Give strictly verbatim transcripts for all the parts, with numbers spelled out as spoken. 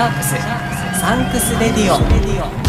ャークスサンクスレディオ。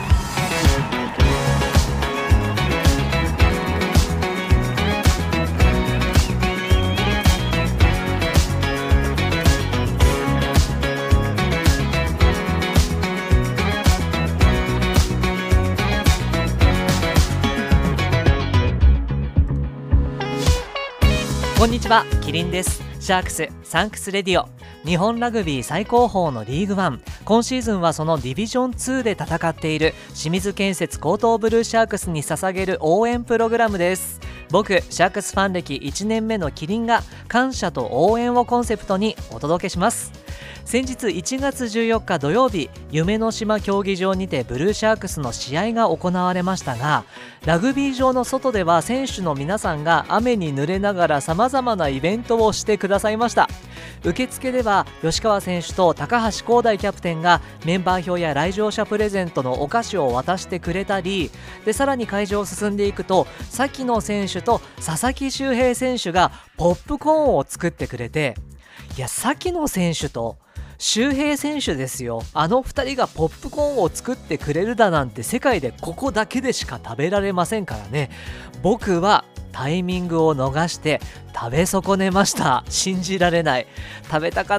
こんにちは、キリンです。シャークスサンクスレディオ。日本ラグビー最高峰のリーグワン、今シーズンはそのディビジョンツーで戦っている清水建設高等ブルーシャークスに捧げる応援プログラムです。僕シャークスファン歴いちねんめのキリンが感謝と応援をコンセプトにお届けします。先日いちがつじゅうよっか土曜日、夢の島競技場にてブルーシャークスの試合が行われましたが、ラグビー場の外では選手の皆さんが雨に濡れながらさまざまなイベントをしてくださいました。受付では吉川選手と高橋光大キャプテンがメンバー表や来場者プレゼントのお菓子を渡してくれたりで、さらに会場を進んでいくと崎野選手と佐々木修平選手がポップコーンを作ってくれて、いや崎野選手と修平選手ですよ、あのふたりがポップコーンを作ってくれるだなんて世界でここだけでしか食べられませんからね。僕はタイミングを逃して食べ損ねました。信じられない。食べたかった。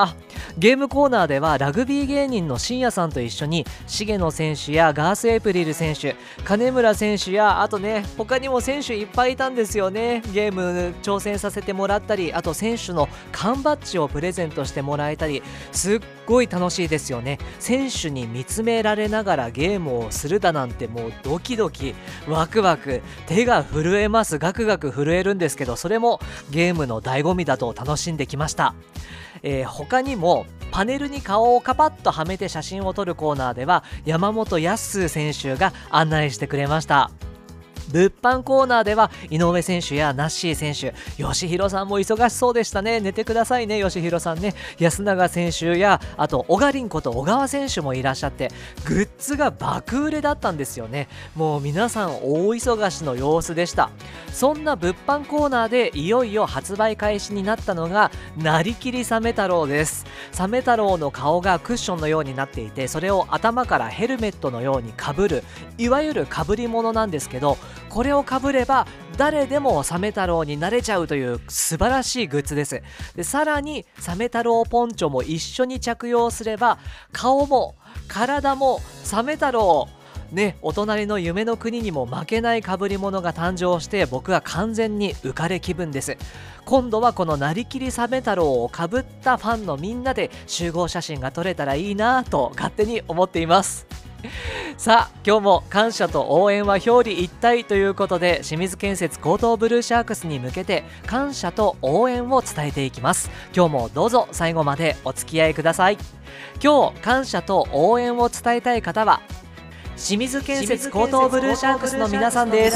ゲームコーナーではラグビー芸人の深夜さんと一緒に重野選手やガースエイプリル選手、金村選手やあとね他にも選手いっぱいいたんですよね。ゲーム挑戦させてもらったり、あと選手の缶バッジをプレゼントしてもらえたり、すっごい楽しいですよね。選手に見つめられながらゲームをするだなんてもうドキドキワクワク、手が震えます。ガクガク震えるんですけど、それもゲームの醍醐味だと楽しんできました。えー、他にもパネルに顔をカパッとはめて写真を撮るコーナーでは山本康選手が案内してくれました。物販コーナーでは井上選手やナッシー選手、吉弘さんも忙しそうでしたね。寝てくださいね吉弘さんね。安永選手やあと小賀凛こと小川選手もいらっしゃって、グッズが爆売れだったんですよね。もう皆さん大忙しの様子でした。そんな物販コーナーでいよいよ発売開始になったのがなりきりサメ太郎です。サメ太郎の顔がクッションのようになっていて、それを頭からヘルメットのようにかぶる、いわゆるかぶり物なんですけど、これをかぶれば誰でもサメ太郎になれちゃうという素晴らしいグッズです。でさらにサメ太郎ポンチョも一緒に着用すれば顔も体もサメ太郎ね、お隣の夢の国にも負けない被り物が誕生して、僕は完全に浮かれ気分です。今度はこのなりきりサメ太郎をかぶったファンのみんなで集合写真が撮れたらいいなと勝手に思っています。さあ今日も感謝と応援は表裏一体ということで、清水建設高等ブルーシャークスに向けて感謝と応援を伝えていきます。今日もどうぞ最後までお付き合いください。今日感謝と応援を伝えたい方は清水建設高等ブルーシャークスの皆さんです。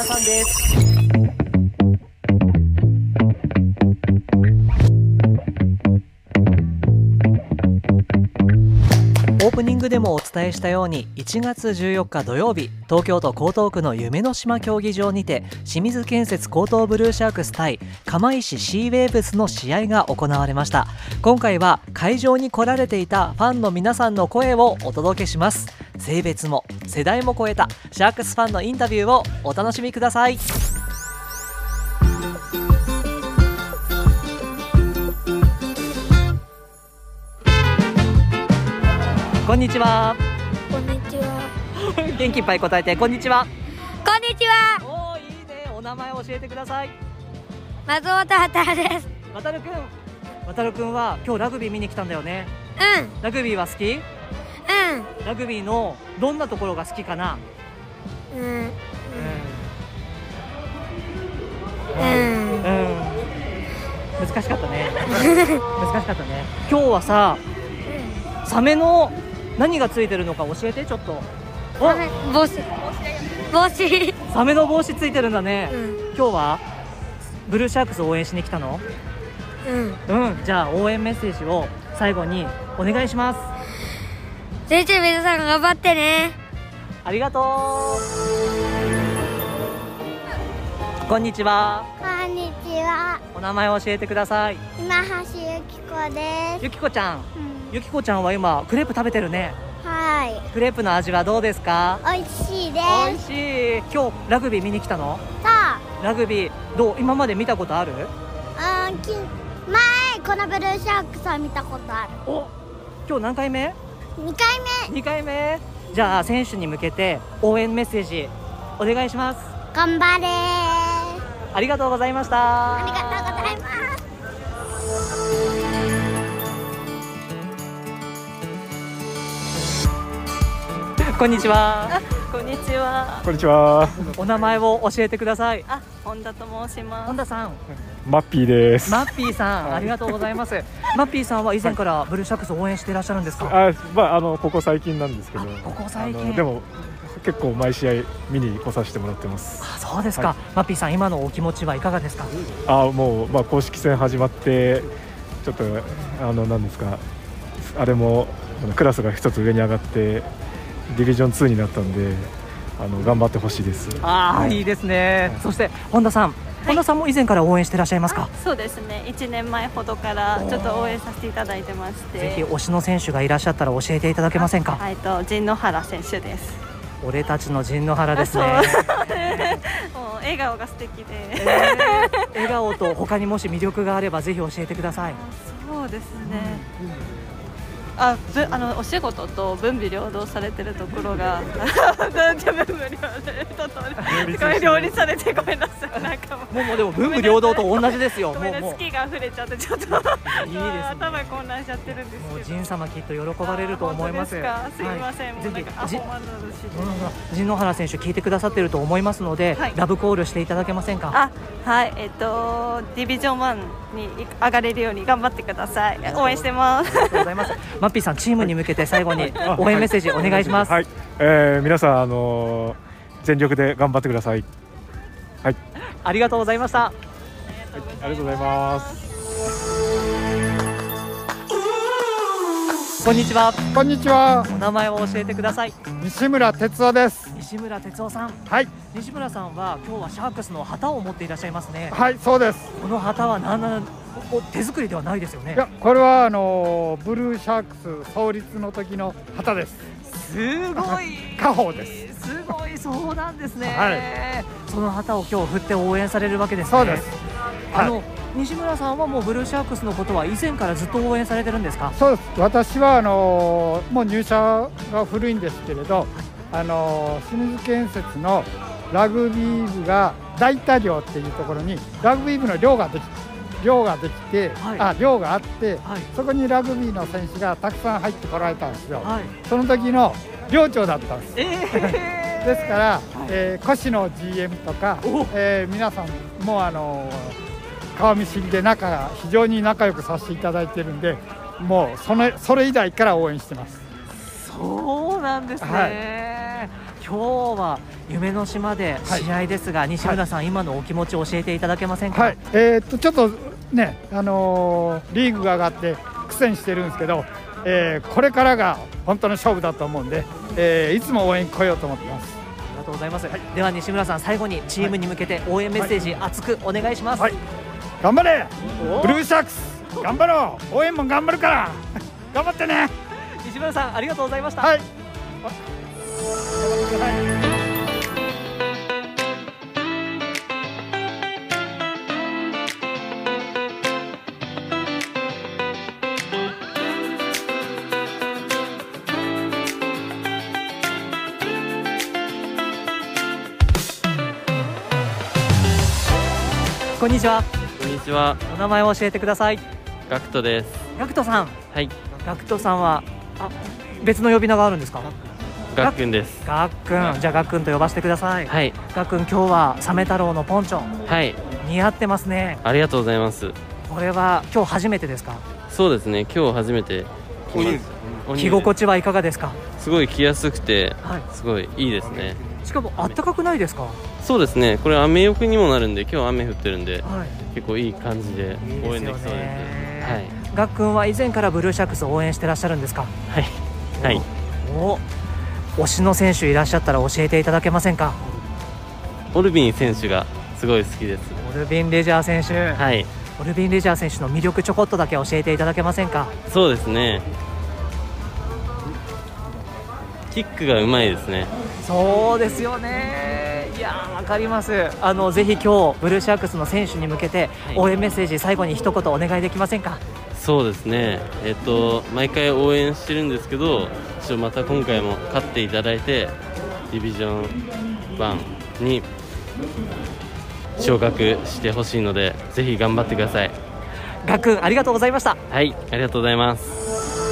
オープニングでもお伝えしたようにいちがつじゅうよっか土曜日、東京都江東区の夢の島競技場にて清水建設高等ブルーシャークス対釜石シーウェーブスの試合が行われました。今回は会場に来られていたファンの皆さんの声をお届けします。性別も世代も超えたシャークスファンのインタビューをお楽しみください。こんにちは。 こんにちは。 元気いっぱい答えてこんにちは。 こんにちは。 おーいいね。お名前教えてください。 松本畑です。 渡るくん、渡るくんは今日ラグビー見に来たんだよね。 うんラグビーは好き？ うんラグビーのどんなところが好きかな？ うんうんうんうんうん難しかったね難しかったね。今日はさ、サメの何がついてるのか教えてちょっと。お、 帽子帽子サメの帽子ついてるんだね、 うん、 今日はブルーシャークス応援しに来たの？ うんうんじゃあ応援メッセージを最後にお願いします。 選手皆さん頑張ってね。 ありがとう。こんにちは。 こんにちは。 お名前を教えてください。 今橋ゆきこです。 ゆきこちゃん、 うんゆきこちゃんは今クレープ食べてるね。 はい。 クレープの味はどうですか？ 美味しいで美味しい。今日ラグビー見に来たの？ す。さラグビーどう？今まで見たことある？ あ、うん、き前このブルーシャークスは見たことある。 お、今日何回目？ にかいめ。 にかいめ。じゃあ選手に向けて応援メッセージお願いします。 頑張れー。 ありがとうございました。 ありがとうございます。 こんにちは。 こんにちは。 こんにちは。 お名前を教えてください。 あ、本田と申します。 本田さん。 マッピーです。 マッピーさん、ありがとうございます。マッピーさんは以前からブルーシャックスを応援していらっしゃるんですか？ あ、まああのここ最近なんですけど。 ここ最近。 でも結構毎試合見に来させてもらってます。 あ、そうですか。はい、マッピーさん、今のお気持ちはいかがですか？ あ、もうまあ公式戦始まってちょっとあのなんですか、あれもクラスが一つ上に上がってディビジョンツーになったんで、あの頑張ってほしいです。 ああ、はい、いいですね。はい、そして本田さん。本田さんも以前から応援していらっしゃいますか？ そうですね、いちねんまえほどからちょっと応援させていただいてまして、 ぜひ推しの選手がいらっしゃったら教えていただけませんか？ はい、と神野原選手です。 俺たちの神野原ですね。 もう笑顔が素敵で、 えー、笑顔と他にもし魅力があればぜひ教えてください。 そうですね、うんうん、あ, ぶあのお仕事と分離両道されてるところが分離両立されてごめんなさい。なんかもうもうでも分離両道と同じですよ。 ごめんなさい、好きが溢れちゃってちょっといいです、ね、頭混乱しちゃってるんですけど、 もう神様きっと喜ばれると思います。 すいません、はい、もうなんかアホマンドルシで神野原選手聞いてくださってると思いますので、はい、ラブコールしていただけませんか？ あ、はい、えっとディビジョンワンに上がれるように頑張ってください。応援してます。 ありがとうございます。マッピーさん、チームに向けて最後に応援メッセージお願いします。 はい、えー、皆さん、あのー、全力で頑張ってください。はい、 ありがとうございました。 はい、ありがとうございます。 こんにちは。 こんにちは。 お名前を教えてください。 西村哲夫です。 西村哲夫さん。 はい。 西村さんは今日はシャークスの旗を持っていらっしゃいますね。 はい、そうです。 この旗は何な手作りではないですよね。 いや、これはあのブルーシャークス創立の時の旗です。 すごい。 家宝です。 すごい、そうなんですね。 はい。 その旗を今日振って応援されるわけですね。 そうです。 あの、はい、西村さんはもうブルーシャークスのことは以前からずっと応援されてるんですか？ そうです。私はあのもう入社が古いんですけれど、あの清水建設のラグビー部が大田寮っていうところにラグビー部の寮ができ寮ができて、はい、あ寮があって、はい、そこにラグビーの選手がたくさん入ってこられたんですよ。はい、その時の寮長だったんです。えー、ですから、はい、えー、越野 ジーエム とか、えー、皆さんもあの顔見知りで仲非常に仲良くさせていただいてるんで、もうそのそれ以来から応援してます。 そうなんですね。はい、今日は夢の島で試合ですが、はい、西村さん、はい、今のお気持ちを教えていただけませんか？はい、 えー、っとちょっとね、あのー、リーグが上がって苦戦してるんですけど、えー、これからが本当の勝負だと思うんで、えー、いつも応援来ようと思ってます。 ありがとうございます。はい、では西村さん、最後にチームに向けて応援メッセージ、はい、熱くお願いします。 はい、頑張れブルーシャークス、頑張ろう、応援も頑張るから頑張ってね。 西村さん、ありがとうございました。 はい、 こんにちは。 こんにちは。 お名前を教えてください。 ガクトです。 ガクトさん。 はい。 ガクトさんはあ別の呼び名があるんですか？ ガックンです。 ガックン、じゃあガックンと呼ばせてください。 はい。 ガックン、今日はサメ太郎のポンチョ。 はい。 似合ってますね。 ありがとうございます。 これは今日初めてですか？ そうですね。今日初めて着ます。 着心地はいかがですか？ すごい着やすくて、はい、すごいいいですね。 しかもあったかくないですか？ そうですね。これ雨よくにもなるんで、今日雨降ってるんで、はい、結構いい感じで応援できそうです。はい。 ガックンは以前からブルーシャックスを応援してらっしゃるんですか？ はい。はい。 お、推しの選手いらっしゃったら教えていただけませんか？ オルビン選手がすごい好きです。 オルビン・レジャー選手。 はい。 オルビン・レジャー選手の魅力ちょこっとだけ教えていただけませんか？ そうですね。 キックがうまいですね。 そうですよね。いやー、わかります。あのぜひ今日ブルーシャークスの選手に向けて応援メッセージ最後に一言お願いできませんか？ そうですね、えっと毎回応援してるんですけど、ちょまた今回も勝っていただいてディビジョンいちに昇格してほしいので、ぜひ頑張ってください。 ガックン、ありがとうございました。 はい、ありがとうございます。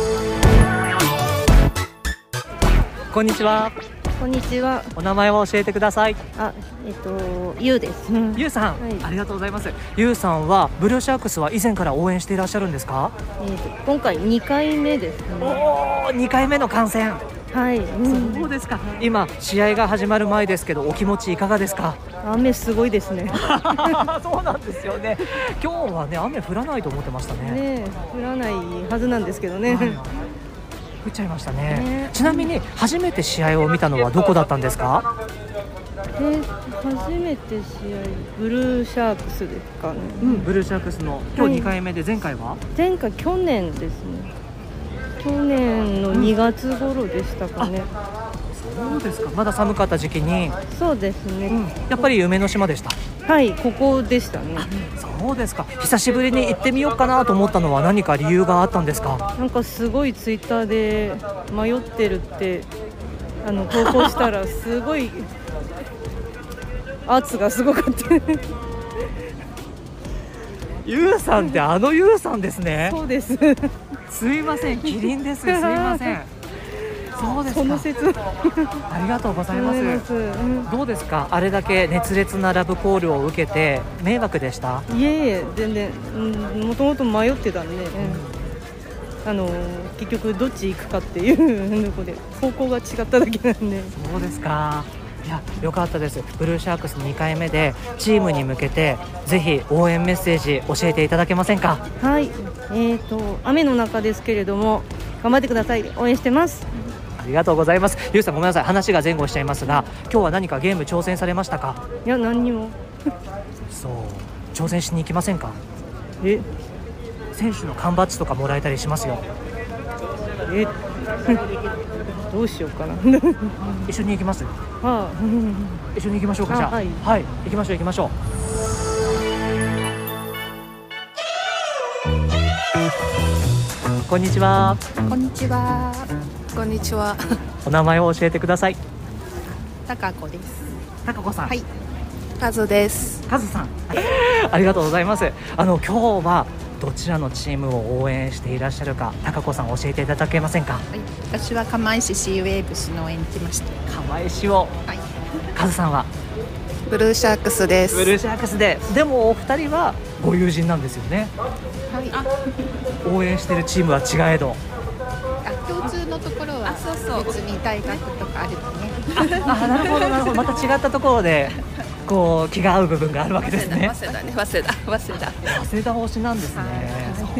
こんにちは。 こんにちは。 お名前を教えてください。 あ、えっとゆうです。 ゆうさん、 はい、 ありがとうございます。ゆうさんはブルーシャークスは以前から応援していらっしゃるんですか？ えっと今回にかいめですね。 おお、にかいめの観戦。 はい、うん、 そうですか。今試合が始まる前ですけど、お気持ちいかがですか？ 雨すごいですね。 そうなんですよね。今日はね、雨降らないと思ってましたね。 ね、降らないはずなんですけどね。 はい、降っちゃいましたね。 ね、 ちなみに初めて試合を見たのはどこだったんですか？ え、初めて試合ブルーシャークスですかね。 うん、ブルーシャークスの今日にかいめで、前回は？ 前回去年ですね。去年のにがつ頃でしたかね。 そうですか。まだ寒かった時期に。 そうですね、 うん、やっぱり夢の島でした。 はい、ここでしたね。 そうですか。久しぶりに行ってみようかなと思ったのは何か理由があったんですか？ なんかすごいツイッターで迷ってるってあの投稿したらすごい圧がすごかった。 ゆうさんってあのゆうさんですね。 そうです。 すいません、キリンです。すいません。そうですか。 その説。 ありがとうございます。 ます、うん、 どうですか？あれだけ熱烈なラブコールを受けて迷惑でした？ いえいえ、全然、うん、もともと迷ってたんで、うん、あの結局どっち行くかっていうとこで方向が違っただけなんで。 そうですか。いや、よかったです。ブルーシャークスにかいめでチームに向けてぜひ応援メッセージ教えていただけませんか？ はい、えーと雨の中ですけれども頑張ってください。応援してます。 ありがとうございます。ゆうさん、ごめんなさい、話が前後しちゃいますが、今日は何かゲーム挑戦されましたか？ いや、何にも。 そう、挑戦しに行きませんか？ え、 選手の缶バッジとかもらえたりしますよ。 えどうしようかな。 一緒に行きます？ はあ、 一緒に行きましょうか。じゃあ、 はい、 はい、行きましょう行きましょう。こんにちは。 こんにちは。こんにちは。 お名前を教えてください。 たかこです。 たかこさん。 はい。かずです。 かずさん。ありがとうございます。あの今日はどちらのチームを応援していらっしゃるか、たかこさん教えていただけませんか？ はい。私は釜石シーウェーブスの応援しました。 釜石を。はい。かずさんはブルーシャークスです。 ブルーシャークスで、でもお二人はご友人なんですよね。 はい。 応援しているチームは違えど。 あ、共通のところはそうそう別に大学とかあるのね。 あ、なるほどなるほど。また違ったところでこう気が合う部分があるわけですね。 早稲田ね、早稲田、早稲田。 早稲田推しなんですね。 はい、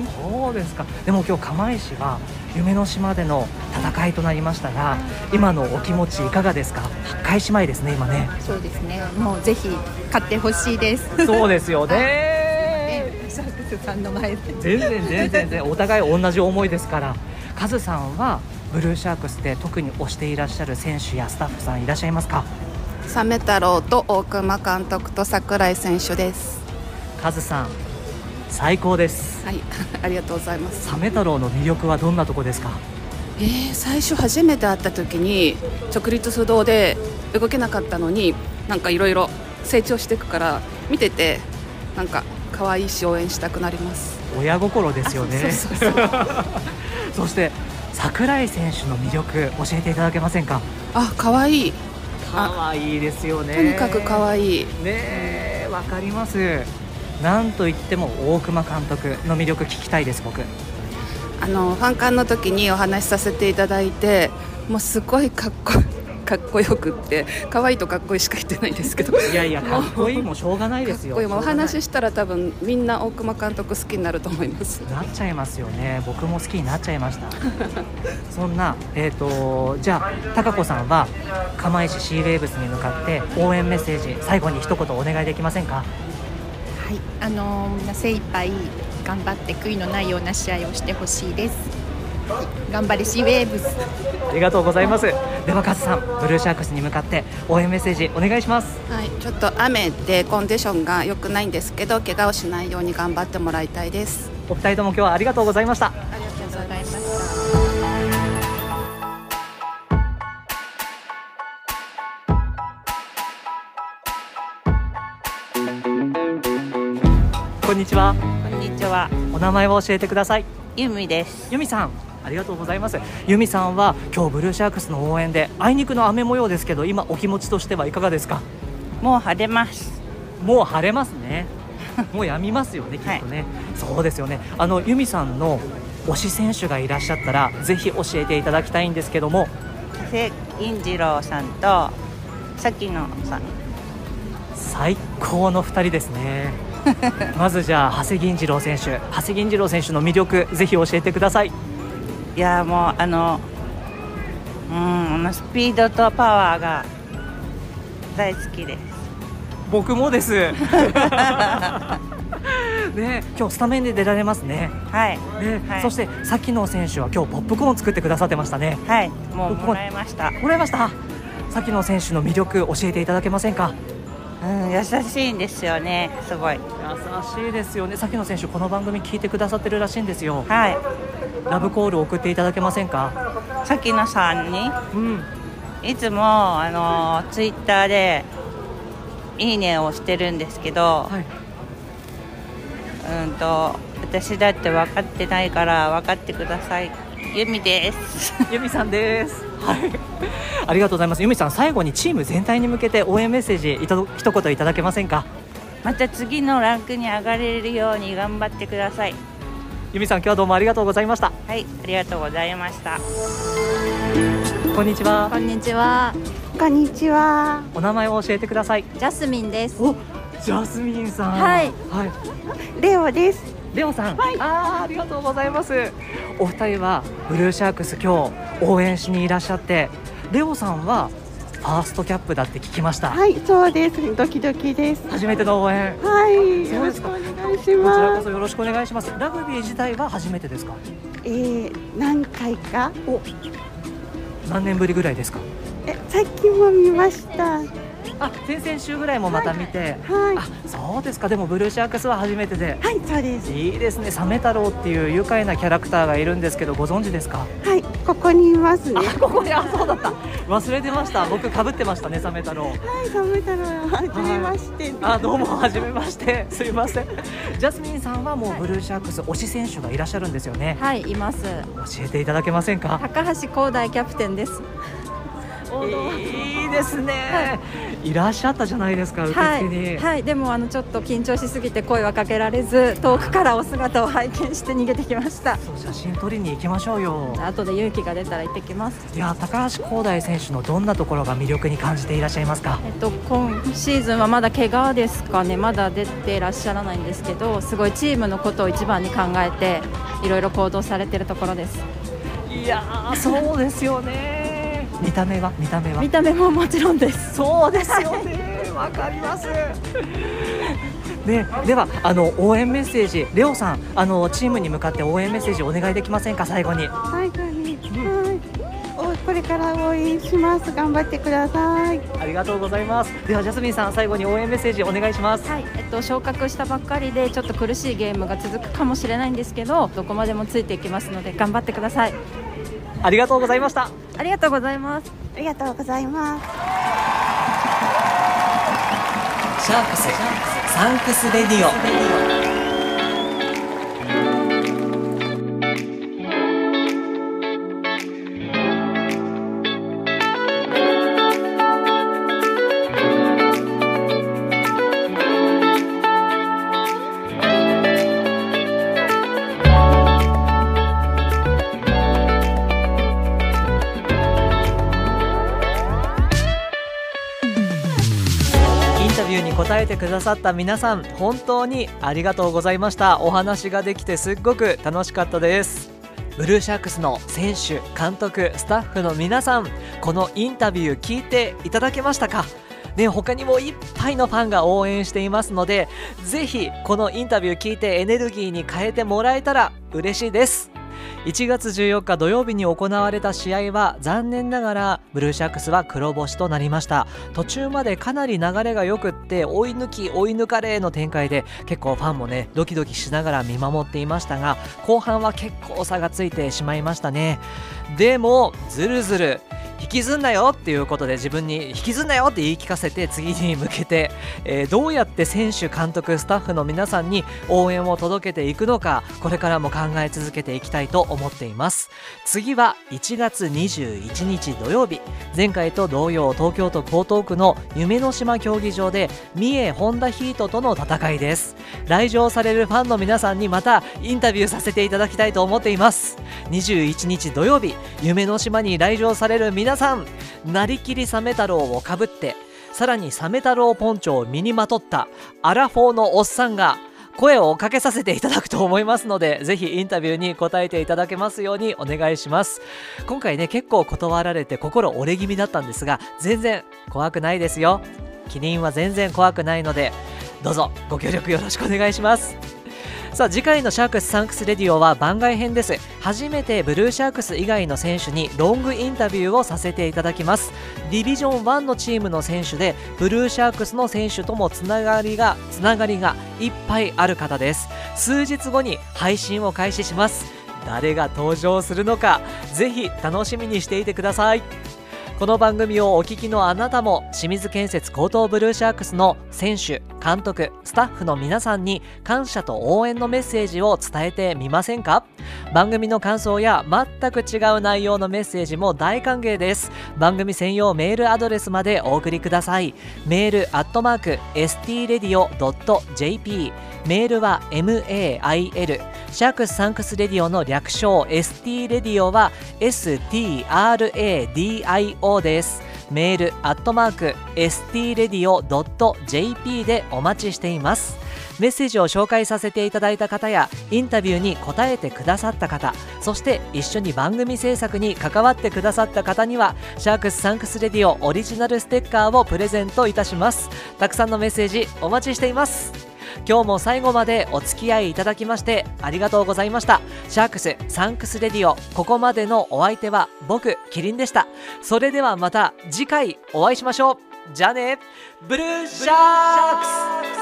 そうですか。でも今日釜石は夢の島での戦いとなりましたが、今のお気持ちいかがですか？開始前ですね、今ね。 そうですね。もうぜひ勝ってほしいです。 そうですよね。 シャークスさんの前で。 全然全然全然お互い同じ思いですから。カズさんはブルーシャークスで特に推していらっしゃる選手やスタッフさんいらっしゃいますか？ サメ太郎と大熊監督と櫻井選手です。 カズさん、最高です。 はい、ありがとうございます。 サメ太郎の魅力はどんなとこですか？ えー、最初初めて会った時に直立不動で動けなかったのに、なんかいろいろ成長していくから見ててなんか可愛いし応援したくなります。 親心ですよね。 そうそうそうそして櫻井選手の魅力教えていただけませんか？ あ、可愛い。 可愛いですよね。 とにかく可愛い。 ねえ、わかります。なんといっても大熊監督の魅力聞きたいです。僕あのファンカンの時にお話しさせていただいて、もうすごいかっこかっこよくって、可愛いとかっこいいしか言ってないんですけど、 いやいや、かっこいいもしょうがないですよ。 かっこいいもお話ししたら多分みんな大熊監督好きになると思います。 なっちゃいますよね。僕も好きになっちゃいました。そんな、えーとじゃあ貴子さんは釜石シーウェーブスに向かって応援メッセージ最後に一言お願いできませんか？ はい、あのー、精一杯頑張って悔いのないような試合をしてほしいです。 頑張れシーウェーブス。 ありがとうございます。ではカズさん、ブルーシャークスに向かって応援メッセージお願いします。 はい、ちょっと雨でコンディションが良くないんですけど、怪我をしないように頑張ってもらいたいです。 お二人とも今日はありがとうございました。 ありがとうございました。 こんにちは。 こんにちは。 お名前を教えてください。 ゆみです。 ゆみさん、ありがとうございます。ゆみさんは今日ブルーシャークスの応援であいにくの雨模様ですけど、今お気持ちとしてはいかがですか？ もう晴れます。 もう晴れますね。もうやみますよね、きっとね、はい、そうですよね。あのゆみさんの推し選手がいらっしゃったらぜひ教えていただきたいんですけども。 加瀬銀次郎さんと崎野さん。 最高のふたりですね。まずじゃあ長谷銀次郎選手、長谷銀次郎選手の魅力ぜひ教えてください。 いやもうあのうんあのスピードとパワーが大好きです。 僕もです。ね、今日スタメンで出られますね。 はい。 ね、 はい、 そして崎野選手は今日ポップコーン作ってくださってましたね。 はい。もうもらいました。 もらいました。崎野選手の魅力教えていただけませんか？ うん、優しいんですよね。すごい優しいですよね。崎野選手この番組聞いてくださってるらしいんですよ。 はい。 ラブコール送っていただけませんか？ 崎野さんに、 うん、 いつもあのツイッターでいいねをしてるんですけど、はい、うんと私だって分かってないから分かってください。ゆみです。 ゆみさんです。はい。ありがとうございます。ゆみさん、最後にチーム全体に向けて応援メッセージいた一言いただけませんか？ また次のランクに上がれるように頑張ってください。 ゆみさん、今日はどうもありがとうございました。 はい、ありがとうございました。 こんにちは。 こんにちは。 こんにちは。 お名前を教えてください。 ジャスミンです。 お、ジャスミンさん。 はい。 はい。 レオです。 レオさん。 はい。 あー、ありがとうございます。お二人はブルーシャークス今日応援しにいらっしゃって、レオさんはファーストキャップだって聞きました。 はい、そうです。ドキドキです。 初めての応援。 はい。よろしくお願いします。 こちらこそよろしくお願いします。ラグビー自体は初めてですか？ えー、何回か。 お、何年ぶりぐらいですか？ え、さっきも見ました。 あ、先々週ぐらいもまた見て、 はい、 あ、そうですか。でもブルーシャークスは初めてで、 はい、そうです。 いいですね。サメ太郎っていう愉快なキャラクターがいるんですけど、ご存知ですか？ はい、ここにいますね。 あ、ここに、あ、そうだった。忘れてました。僕被ってましたね、サメ太郎。 はい、サメ太郎、はじめまして、ね。 あ、どうもはじめまして。すいません。ジャスミンさんはもうブルーシャークス推し選手がいらっしゃるんですよね。 はい、います。 教えていただけませんか？ 高橋光大キャプテンです。 いいですね、はい、いらっしゃったじゃないですか、受付に。 はい、はい、でもあのちょっと緊張しすぎて声はかけられず、遠くからお姿を拝見して逃げてきました。 そう、写真撮りに行きましょうよ。 後で勇気が出たら行ってきます。 いや、高橋光大選手のどんなところが魅力に感じていらっしゃいますか？ えっと、今シーズンはまだ怪我ですかね、まだ出ていらっしゃらないんですけど、すごいチームのことを一番に考えていろいろ行動されているところです。 いやー、そうですよね。見た目は見た目は見た目ももちろんです。 そうですよね。わかります。ね、ではあの応援メッセージ、レオさん、あのチームに向かって応援メッセージお願いできませんか？最後に。 最後に、はい。お、これから応援します。頑張ってください。 ありがとうございます。ではジャスミンさん、最後に応援メッセージお願いします。 はい、えっと昇格したばっかりでちょっと苦しいゲームが続くかもしれないんですけど、どこまでもついていきますので頑張ってください。 ありがとうございました。 ありがとうございます。 ありがとうございます。 シャークスサンクスレディオ。答えてくださった皆さん、本当にありがとうございました。お話ができてすっごく楽しかったです。ブルーシャークスの選手、監督、スタッフの皆さん、このインタビュー聞いていただけましたかね。他にもいっぱいのファンが応援していますので、ぜひこのインタビュー聞いてエネルギーに変えてもらえたら嬉しいです。 いちがつじゅうよっか土曜日に行われた試合は残念ながらブルーシャークスは黒星となりました。途中までかなり流れが良くって追い抜き追い抜かれの展開で結構ファンもねドキドキしながら見守っていましたが、後半は結構差がついてしまいましたね。でもずるずる引きずんなよっていうことで自分に引きずんなよって言い聞かせて次に向けて、えー、どうやって選手監督スタッフの皆さんに応援を届けていくのか、これからも考え続けていきたいと思っています。次はいちがつにじゅういちにち土曜日、前回と同様東京都江東区の夢の島競技場で三重ホンダヒートとの戦いです。来場されるファンの皆さんにまたインタビューさせていただきたいと思っています。にじゅういちにち土曜日、夢の島に来場される皆さん、なりきりサメ太郎をかぶって、さらにサメ太郎ポンチョを身にまとったアラフォーのおっさんが声をかけさせていただくと思いますので、ぜひインタビューに答えていただけますようにお願いします。今回ね結構断られて心折れ気味だったんですが、全然怖くないですよ。キリンは全然怖くないので、どうぞご協力よろしくお願いします。さあ次回のシャークスサンクスレディオは番外編です。初めてブルーシャークス以外の選手にロングインタビューをさせていただきます。ディビジョンワンのチームの選手でブルーシャークスの選手ともつながりがつながりがいっぱいある方です。数日後に配信を開始します。誰が登場するのかぜひ楽しみにしていてください。この番組をお聞きのあなたも清水建設江東ブルーシャークスの選手、監督、スタッフの皆さんに感謝と応援のメッセージを伝えてみませんか？番組の感想や全く違う内容のメッセージも大歓迎です。番組専用メールアドレスまでお送りください。メールアットマーク エスティーレディオドットジェーピー、 メールは エムエーアイエル、 シャークスサンクスレディオの略称 エスティーレディオは エスティーアールエーディーアイオー です。メールアットマーク エスティーレディオドットジェーピー でお待ちしています。メッセージを紹介させていただいた方やインタビューに答えてくださった方、そして一緒に番組制作に関わってくださった方にはシャークスサンクスレディオオリジナルステッカーをプレゼントいたします。たくさんのメッセージお待ちしています。今日も最後までお付き合いいただきましてありがとうございました。シャークスサンクスレディオ、ここまでのお相手は僕キリンでした。それではまた次回お会いしましょう。じゃあね、ブルーシャークス。